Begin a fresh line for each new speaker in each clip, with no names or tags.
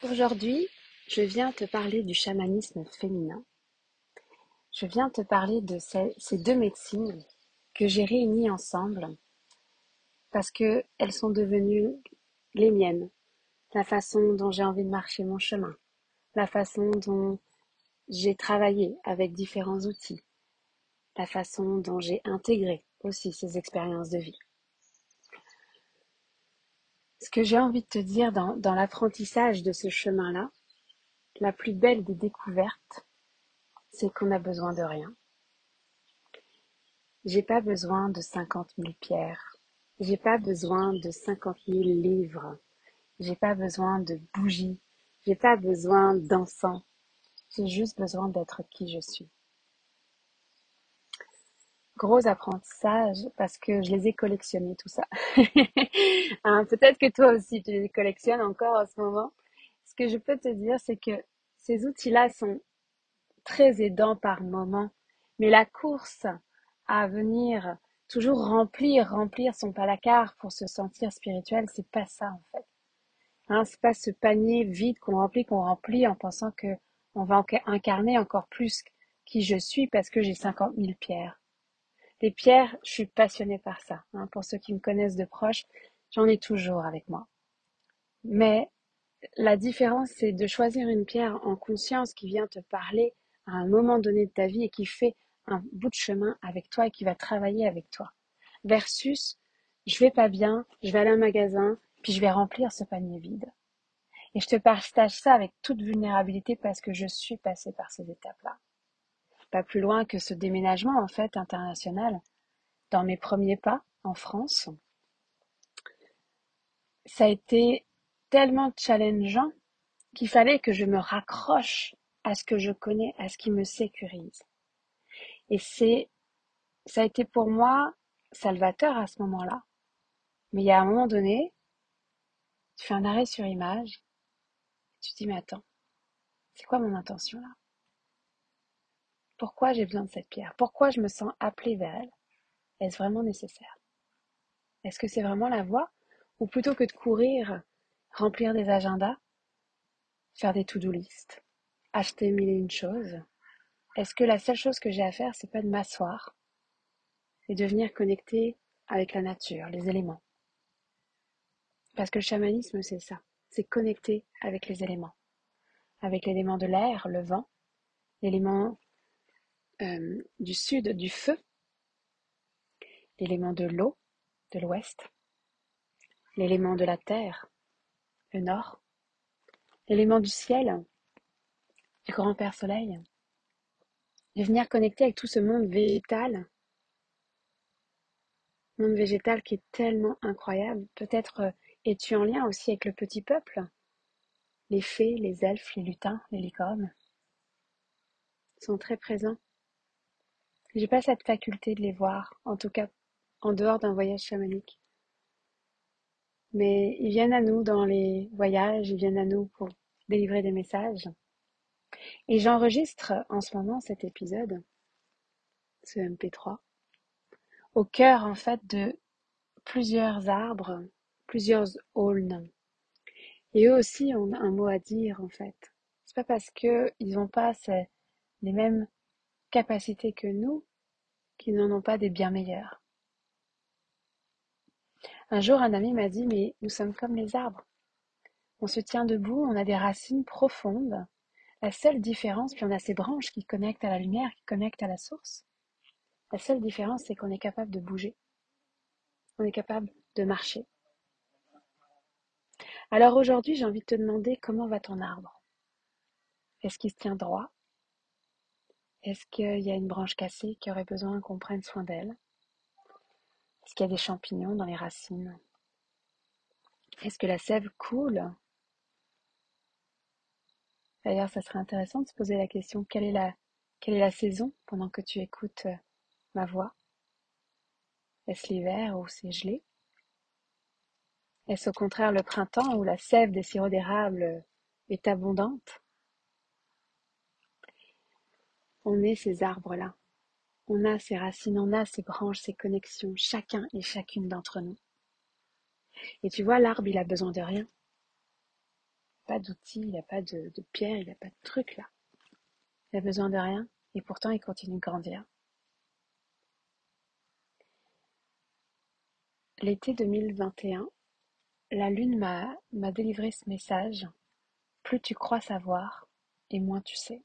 Aujourd'hui, je viens te parler du chamanisme féminin. Je viens te parler de ces deux médecines que j'ai réunies ensemble parce qu'elles sont devenues les miennes. La façon dont j'ai envie de marcher mon chemin, la façon dont j'ai travaillé avec différents outils, la façon dont j'ai intégré aussi ces expériences de vie. Ce que j'ai envie de te dire dans l'apprentissage de ce chemin-là, la plus belle des découvertes, c'est qu'on n'a besoin de rien. J'ai pas besoin de 50 000 pierres. J'ai pas besoin de 50 000 livres. J'ai pas besoin de bougies. J'ai pas besoin d'encens. J'ai juste besoin d'être qui je suis. Gros apprentissage parce que je les ai collectionnés tout ça. Hein, peut-être que toi aussi tu les collectionnes encore en ce moment. Ce que je peux te dire, c'est que ces outils-là sont très aidant par moment. Mais la course à venir toujours remplir son placard pour se sentir spirituel, c'est pas ça en fait. Hein, c'est pas ce panier vide qu'on remplit en pensant que on va incarner encore plus qui je suis parce que j'ai 50 000 pierres. Les pierres, je suis passionnée par ça. Hein. Pour ceux qui me connaissent de proche, j'en ai toujours avec moi. Mais la différence, c'est de choisir une pierre en conscience qui vient te parler à un moment donné de ta vie et qui fait un bout de chemin avec toi et qui va travailler avec toi. Versus, je vais pas bien, je vais aller à un magasin, puis je vais remplir ce panier vide. Et je te partage ça avec toute vulnérabilité parce que je suis passée par ces étapes-là. Pas plus loin que ce déménagement, en fait, international. Dans mes premiers pas en France, ça a été tellement challengeant qu'il fallait que je me raccroche à ce que je connais, à ce qui me sécurise. Et ça a été pour moi salvateur à ce moment-là. Mais il y a un moment donné, tu fais un arrêt sur image, tu te dis, mais attends, c'est quoi mon intention là? Pourquoi j'ai besoin de cette pierre? Pourquoi je me sens appelée vers elle? Est-ce vraiment nécessaire? Est-ce que c'est vraiment la voie? Ou plutôt que de courir, remplir des agendas, faire des to-do list, acheter mille et une choses, est-ce que la seule chose que j'ai à faire, c'est pas de m'asseoir et de venir connecter avec la nature, les éléments? Parce que le chamanisme, c'est ça. C'est connecter avec les éléments. Avec l'élément de l'air, le vent, l'élément du sud, du feu, l'élément de l'eau, de l'ouest, l'élément de la terre, le nord, l'élément du ciel, du grand Père Soleil. De venir connecter avec tout ce monde végétal qui est tellement incroyable. Peut-être es-tu en lien aussi avec le petit peuple, les fées, les elfes, les lutins, les licornes sont très présents. J'ai pas cette faculté de les voir, en tout cas en dehors d'un voyage chamanique. Mais ils viennent à nous dans les voyages, ils viennent à nous pour délivrer des messages. Et j'enregistre en ce moment cet épisode, ce MP3, au cœur en fait de plusieurs arbres, plusieurs aulnes. Et eux aussi ont un mot à dire en fait. C'est pas parce que ils n'ont pas les mêmes capacités que nous qu'ils n'en ont pas des bien meilleures. Un jour, un ami m'a dit, mais nous sommes comme les arbres. On se tient debout, on a des racines profondes. La seule différence, puis on a ces branches qui connectent à la lumière, qui connectent à la source. La seule différence, c'est qu'on est capable de bouger. On est capable de marcher. Alors aujourd'hui, j'ai envie de te demander comment va ton arbre? Est-ce qu'il se tient droit? Est-ce qu'il y a une branche cassée qui aurait besoin qu'on prenne soin d'elle? Est-ce qu'il y a des champignons dans les racines? Est-ce que la sève coule? D'ailleurs, ça serait intéressant de se poser la question, quelle est la saison pendant que tu écoutes ma voix? Est-ce l'hiver ou c'est gelé? Est-ce au contraire le printemps où la sève des sirops d'érable est abondante? On est ces arbres-là. On a ces racines, on a ces branches, ces connexions, chacun et chacune d'entre nous. Et tu vois, l'arbre, il a besoin de rien. pas d'outils, il n'a pas de pierre, il n'a pas de truc là. Il a besoin de rien et pourtant il continue de grandir. L'été 2021, la lune m'a délivré ce message. Plus tu crois savoir et moins tu sais.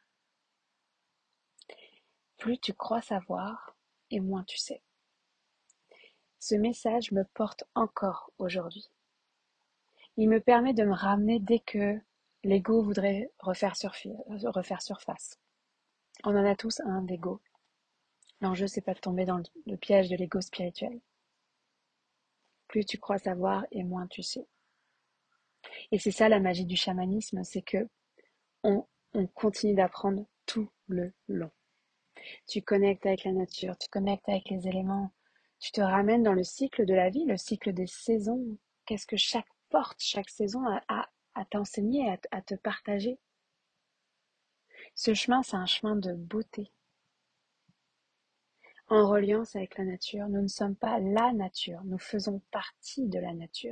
Plus tu crois savoir et moins tu sais. Ce message me porte encore aujourd'hui. Il me permet de me ramener dès que l'ego voudrait refaire surface. On en a tous un d'ego. L'enjeu, c'est pas de tomber dans le piège de l'ego spirituel. Plus tu crois savoir et moins tu sais. Et c'est ça la magie du chamanisme, c'est que on, on continue d'apprendre tout le long. Tu connectes avec la nature, tu connectes avec les éléments, tu te ramènes dans le cycle de la vie, le cycle des saisons. Qu'est-ce que chaque saison à t'enseigner, à te partager. Ce chemin, c'est un chemin de beauté. En reliance avec la nature, nous ne sommes pas la nature, nous faisons partie de la nature.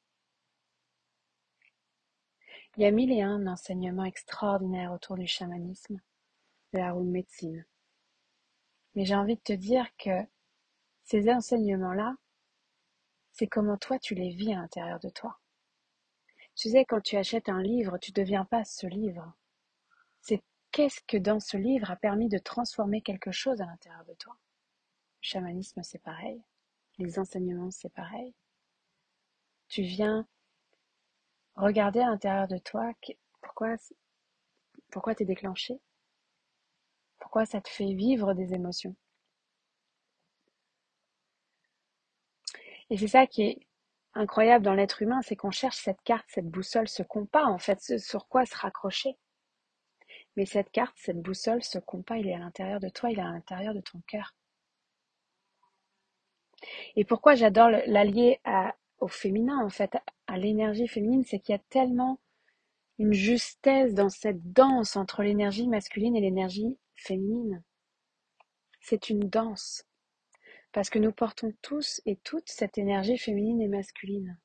Il y a mille et un enseignements extraordinaires autour du chamanisme, de la roue de médecine. Mais j'ai envie de te dire que ces enseignements-là, c'est comment toi tu les vis à l'intérieur de toi. Tu sais, quand tu achètes un livre, tu ne deviens pas ce livre. C'est qu'est-ce que dans ce livre a permis de transformer quelque chose à l'intérieur de toi. Le chamanisme, c'est pareil. Les enseignements, c'est pareil. Tu viens regarder à l'intérieur de toi pourquoi t'es déclenché, pourquoi ça te fait vivre des émotions. Et c'est ça qui est incroyable dans l'être humain, c'est qu'on cherche cette carte, cette boussole, ce compas, en fait, sur quoi se raccrocher. Mais cette carte, cette boussole, ce compas, il est à l'intérieur de toi, il est à l'intérieur de ton cœur. Et pourquoi j'adore l'allier au féminin, en fait, à l'énergie féminine, c'est qu'il y a tellement une justesse dans cette danse entre l'énergie masculine et l'énergie féminine. C'est une danse, parce que nous portons tous et toutes cette énergie féminine et masculine.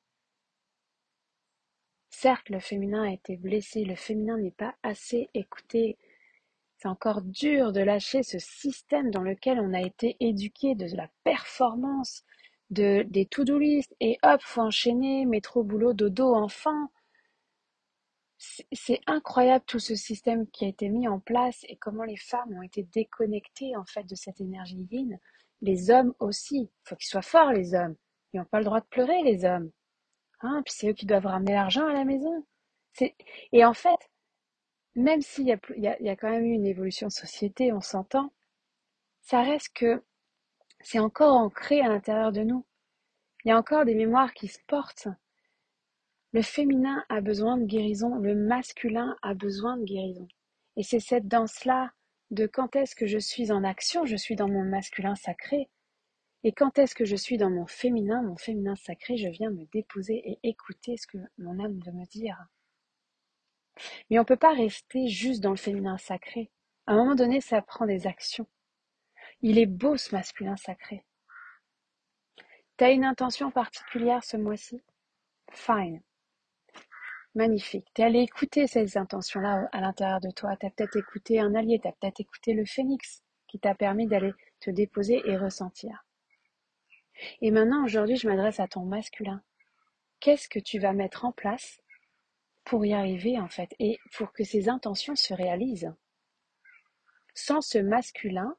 Certes, le féminin a été blessé, le féminin n'est pas assez écouté. C'est encore dur de lâcher ce système dans lequel on a été éduqué de la performance, des to-do list, et hop, faut enchaîner, métro, boulot, dodo, enfant. C'est incroyable tout ce système qui a été mis en place et comment les femmes ont été déconnectées en fait de cette énergie yin. Les hommes aussi, il faut qu'ils soient forts les hommes. Ils n'ont pas le droit de pleurer les hommes. Hein, puis c'est eux qui doivent ramener l'argent à la maison. Et en fait, même s'il y a, il y a quand même eu une évolution de société, on s'entend, ça reste que c'est encore ancré à l'intérieur de nous. Il y a encore des mémoires qui se portent. Le féminin a besoin de guérison, le masculin a besoin de guérison. Et c'est cette danse-là de quand est-ce que je suis en action, je suis dans mon masculin sacré, et quand est-ce que je suis dans mon féminin sacré, je viens me déposer et écouter ce que mon âme veut me dire. Mais on ne peut pas rester juste dans le féminin sacré. À un moment donné, ça prend des actions. Il est beau ce masculin sacré. T'as une intention particulière ce mois-ci? Fine. Magnifique. T'es allé écouter ces intentions-là à l'intérieur de toi. T'as peut-être écouté un allié, t'as peut-être écouté le phénix qui t'a permis d'aller te déposer et ressentir. Et maintenant, aujourd'hui, je m'adresse à ton masculin. Qu'est-ce que tu vas mettre en place pour y arriver, en fait, et pour que ces intentions se réalisent? Sans ce masculin,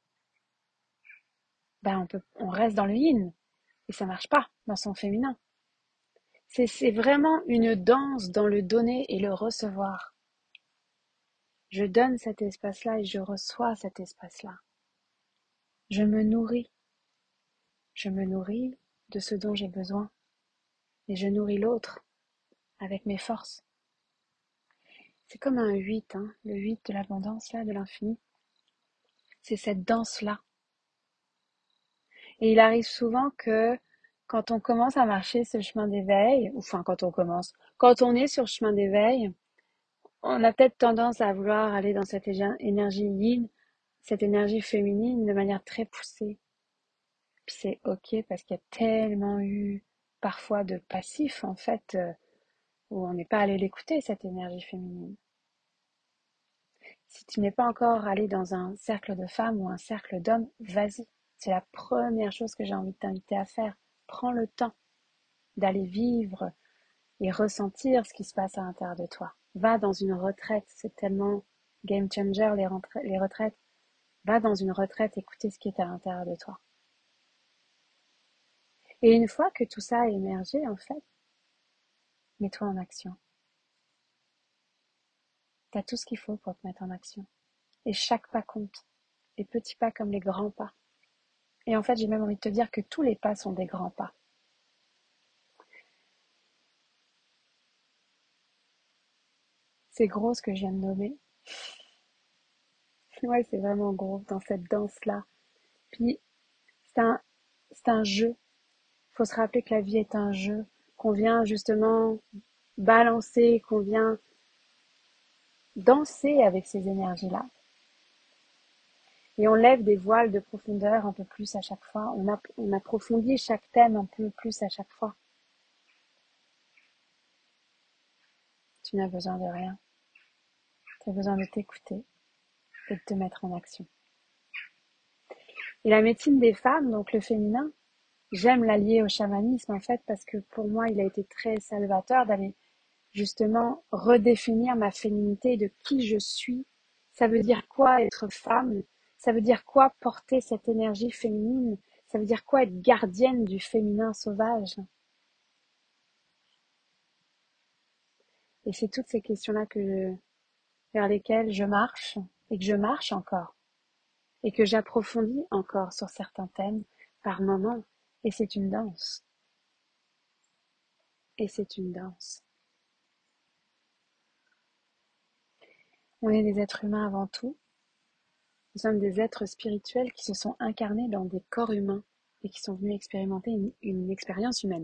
ben on reste dans le yin et ça marche pas dans son féminin. C'est vraiment une danse dans le donner et le recevoir. Je donne cet espace-là et je reçois cet espace-là. Je me nourris. Je me nourris de ce dont j'ai besoin. Et je nourris l'autre avec mes forces. C'est comme un 8, hein, le 8 de l'abondance, là, de l'infini. C'est cette danse-là. Et il arrive souvent que quand on commence à marcher ce chemin d'éveil, enfin quand on est sur le chemin d'éveil, on a peut-être tendance à vouloir aller dans cette énergie yin, cette énergie féminine de manière très poussée. Puis c'est ok parce qu'il y a tellement eu parfois de passifs en fait où on n'est pas allé l'écouter, cette énergie féminine. Si tu n'es pas encore allé dans un cercle de femmes ou un cercle d'hommes, vas-y. C'est la première chose que j'ai envie de t'inviter à faire. Prends le temps d'aller vivre et ressentir ce qui se passe à l'intérieur de toi. Va dans une retraite, c'est tellement game changer les retraites. Va dans une retraite, écouter ce qui est à l'intérieur de toi. Et une fois que tout ça a émergé, en fait, mets-toi en action. Tu as tout ce qu'il faut pour te mettre en action. Et chaque pas compte. Les petits pas comme les grands pas. Et en fait, j'ai même envie de te dire que tous les pas sont des grands pas. C'est gros ce que je viens de nommer. Ouais, c'est vraiment gros dans cette danse-là. Puis, c'est un, c'est un jeu. Il faut se rappeler que la vie est un jeu, qu'on vient justement balancer, qu'on vient danser avec ces énergies-là. Et on lève des voiles de profondeur un peu plus à chaque fois. On approfondit chaque thème un peu plus à chaque fois. Tu n'as besoin de rien. Tu as besoin de t'écouter et de te mettre en action. Et la médecine des femmes, donc le féminin, j'aime l'allier au chamanisme en fait parce que pour moi il a été très salvateur d'aller justement redéfinir ma féminité de qui je suis. Ça veut dire quoi être femme? Ça veut dire quoi porter cette énergie féminine? Ça veut dire quoi être gardienne du féminin sauvage? Et c'est toutes ces questions-là vers lesquelles je marche et que je marche encore et que j'approfondis encore sur certains thèmes par moments. Et c'est une danse. Et c'est une danse. On est des êtres humains avant tout. Nous sommes des êtres spirituels qui se sont incarnés dans des corps humains et qui sont venus expérimenter une expérience humaine.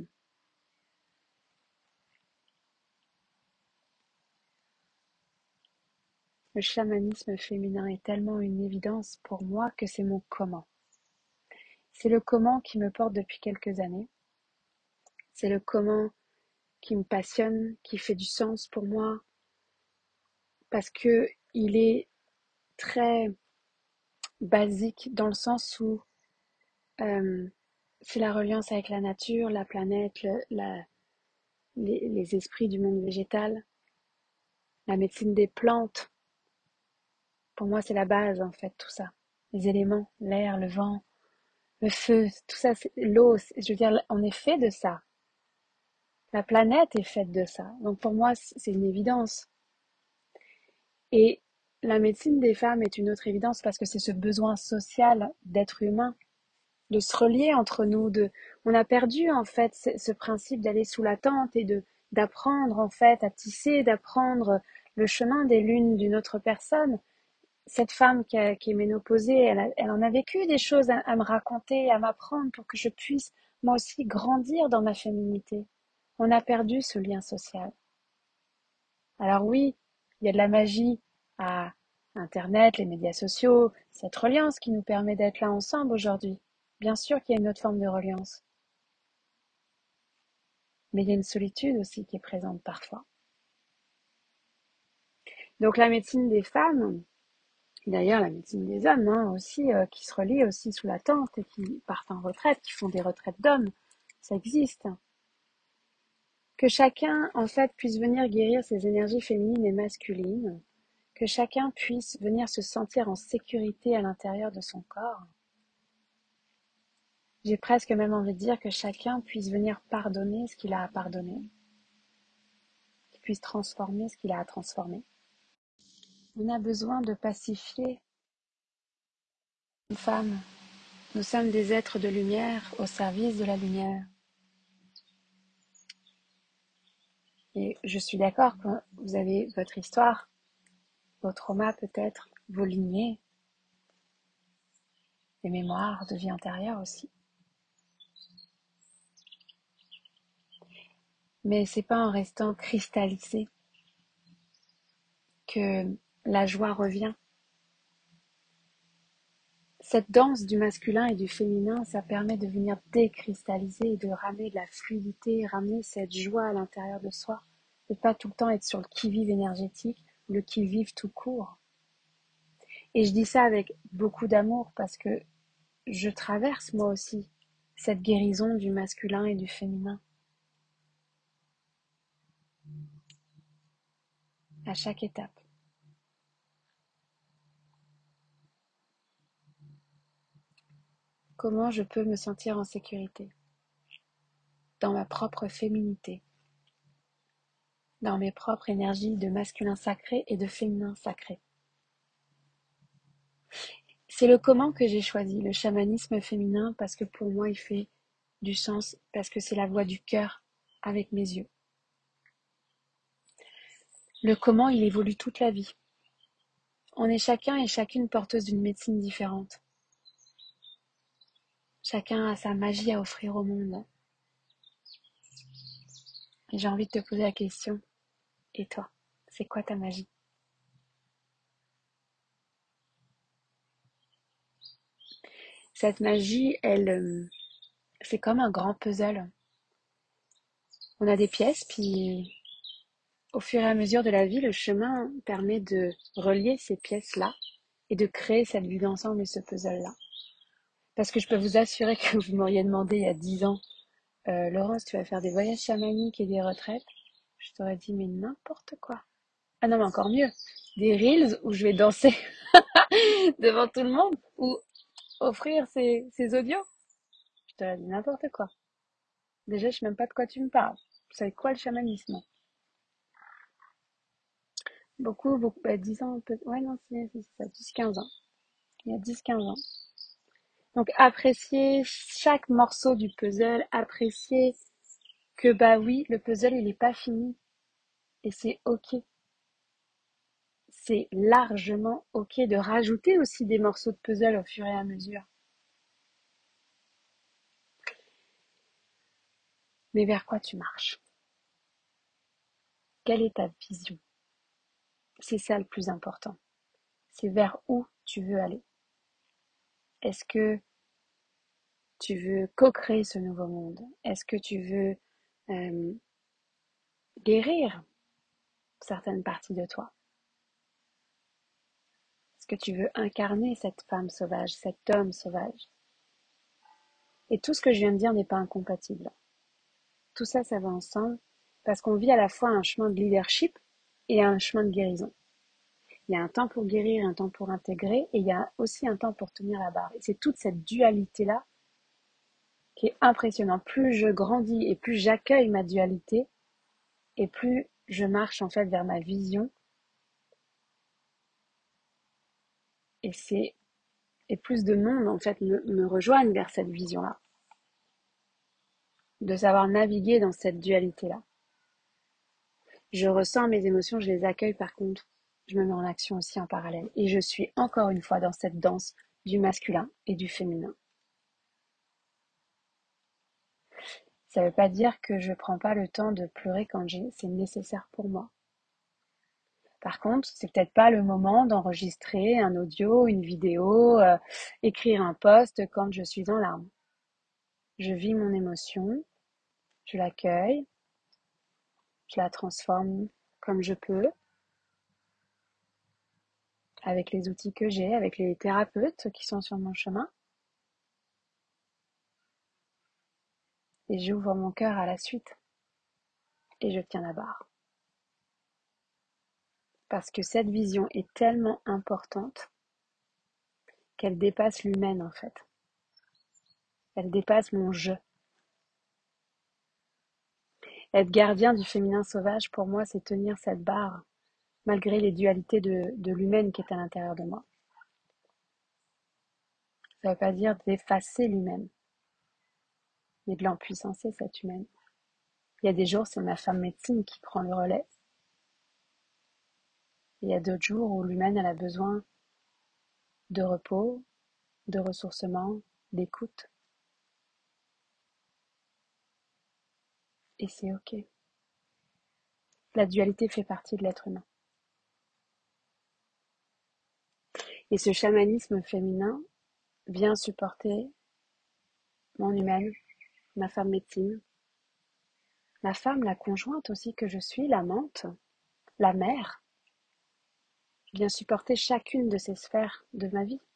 Le chamanisme féminin est tellement une évidence pour moi que c'est mon comment. C'est le comment qui me porte depuis quelques années. C'est le comment qui me passionne, qui fait du sens pour moi, parce que il est très basique dans le sens où euh, c'est la reliance avec la nature, la planète, les esprits du monde végétal, la médecine des plantes. Pour moi, c'est la base, en fait, tout ça. Les éléments, l'air, le vent, le feu, tout ça, c'est l'eau. Je veux dire, on est fait de ça. La planète est faite de ça. Donc pour moi, c'est une évidence. Et la médecine des femmes est une autre évidence parce que c'est ce besoin social d'être humain, de se relier entre nous. On a perdu, en fait, ce principe d'aller sous la tente et d'apprendre, en fait, à tisser, d'apprendre le chemin des lunes d'une autre personne. Cette femme qui est ménopausée, elle en a vécu des choses à me raconter, à m'apprendre pour que je puisse moi aussi grandir dans ma féminité. On a perdu ce lien social. Alors oui, il y a de la magie à Internet, les médias sociaux, cette reliance qui nous permet d'être là ensemble aujourd'hui. Bien sûr qu'il y a une autre forme de reliance, mais il y a une solitude aussi qui est présente parfois. Donc la médecine des femmes, d'ailleurs, la médecine des hommes aussi, qui se relient aussi sous la tente et qui partent en retraite, qui font des retraites d'hommes, ça existe. Que chacun, en fait, puisse venir guérir ses énergies féminines et masculines, que chacun puisse venir se sentir en sécurité à l'intérieur de son corps. J'ai presque même envie de dire que chacun puisse venir pardonner ce qu'il a à pardonner, qu'il puisse transformer ce qu'il a à transformer. On a besoin de pacifier une femme. Nous sommes des êtres de lumière au service de la lumière. Et je suis d'accord que vous avez votre histoire, vos traumas peut-être, vos lignées, des mémoires de vie antérieure aussi. Mais c'est pas en restant cristallisé que la joie revient. Cette danse du masculin et du féminin, ça permet de venir décristalliser et de ramener de la fluidité, ramener cette joie à l'intérieur de soi. de pas tout le temps être sur le qui-vive énergétique, le qui-vive tout court. Et je dis ça avec beaucoup d'amour parce que je traverse moi aussi cette guérison du masculin et du féminin à chaque étape. Comment je peux me sentir en sécurité dans ma propre féminité, dans mes propres énergies de masculin sacré et de féminin sacré. C'est le comment que j'ai choisi, le chamanisme féminin, parce que pour moi il fait du sens, parce que c'est la voix du cœur avec mes yeux. Le comment, il évolue toute la vie. On est chacun et chacune porteuse d'une médecine différente. Chacun a sa magie à offrir au monde. Et j'ai envie de te poser la question, et toi, c'est quoi ta magie? Cette magie, c'est comme un grand puzzle. On a des pièces, puis au fur et à mesure de la vie, le chemin permet de relier ces pièces-là et de créer cette vue d'ensemble et ce puzzle-là. Parce que je peux vous assurer que vous m'auriez demandé il y a 10 ans, Laurence, tu vas faire des voyages chamaniques et des retraites. Je t'aurais dit, mais n'importe quoi. Ah non, mais encore mieux, des reels où je vais danser devant tout le monde ou offrir ces audios. Je t'aurais dit n'importe quoi. Déjà, je sais même pas de quoi tu me parles. Vous savez quoi le chamanisme? Beaucoup, 10 ans, peut ouais, non, c'est ça, 10-15 ans. Il y a 10-15 ans. Donc, apprécier chaque morceau du puzzle, apprécier que, bah oui, le puzzle, il est pas fini. Et c'est ok. C'est largement ok de rajouter aussi des morceaux de puzzle au fur et à mesure. Mais vers quoi tu marches? Quelle est ta vision? C'est ça le plus important. C'est vers où tu veux aller. Est-ce que tu veux co-créer ce nouveau monde? Est-ce que tu veux euh, guérir certaines parties de toi? Est-ce que tu veux incarner cette femme sauvage, cet homme sauvage? Et tout ce que je viens de dire n'est pas incompatible. Tout ça, ça va ensemble parce qu'on vit à la fois un chemin de leadership et un chemin de guérison. Il y a un temps pour guérir, un temps pour intégrer et il y a aussi un temps pour tenir la barre. Et c'est toute cette dualité-là qui est impressionnante. Plus je grandis et plus j'accueille ma dualité et plus je marche en fait vers ma vision et plus de monde en fait me rejoignent vers cette vision-là. De savoir naviguer dans cette dualité-là. Je ressens mes émotions, je les accueille par contre. Je me mets en action aussi en parallèle. Et je suis encore une fois dans cette danse du masculin et du féminin. Ça ne veut pas dire que je ne prends pas le temps de pleurer quand c'est nécessaire pour moi. Par contre, c'est peut-être pas le moment d'enregistrer un audio, une vidéo, écrire un post quand je suis en larmes. Je vis mon émotion, je l'accueille, je la transforme comme je peux, avec les outils que j'ai, avec les thérapeutes qui sont sur mon chemin. Et j'ouvre mon cœur à la suite. Et je tiens la barre. Parce que cette vision est tellement importante qu'elle dépasse l'humaine en fait. Elle dépasse mon je. Être gardien du féminin sauvage, pour moi, c'est tenir cette barre, malgré les dualités de l'humaine qui est à l'intérieur de moi. Ça ne veut pas dire d'effacer l'humaine, mais de l'empuissancer cette humaine. Il y a des jours, c'est ma femme médecine qui prend le relais. Il y a d'autres jours où l'humaine, elle a besoin de repos, de ressourcement, d'écoute. Et c'est ok. La dualité fait partie de l'être humain. Et ce chamanisme féminin vient supporter mon humaine, ma femme médecine, la femme, la conjointe aussi que je suis, l'amante, la mère, viens supporter chacune de ces sphères de ma vie,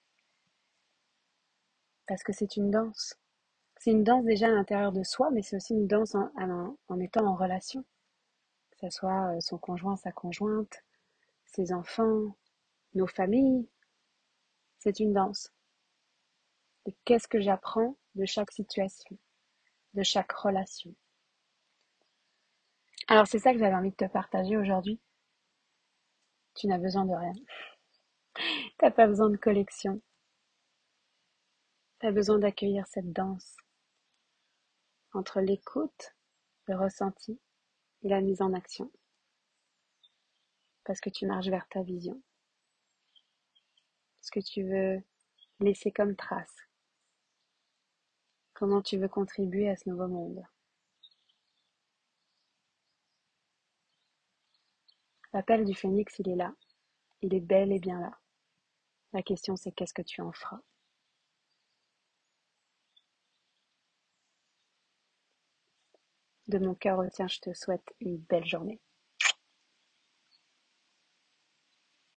parce que c'est une danse. C'est une danse déjà à l'intérieur de soi, mais c'est aussi une danse en étant en relation, que ce soit son conjoint, sa conjointe, ses enfants, nos familles. C'est une danse. Et qu'est-ce que j'apprends de chaque situation, de chaque relation. Alors c'est ça que j'avais envie de te partager aujourd'hui. Tu n'as besoin de rien. Tu n'as pas besoin de collection. Tu as besoin d'accueillir cette danse entre l'écoute, le ressenti et la mise en action. Parce que tu marches vers ta vision. Ce que tu veux laisser comme trace. Comment tu veux contribuer à ce nouveau monde. L'appel du phénix, il est là. Il est bel et bien là. La question, c'est qu'est-ce que tu en feras? De mon cœur au tien, je te souhaite une belle journée.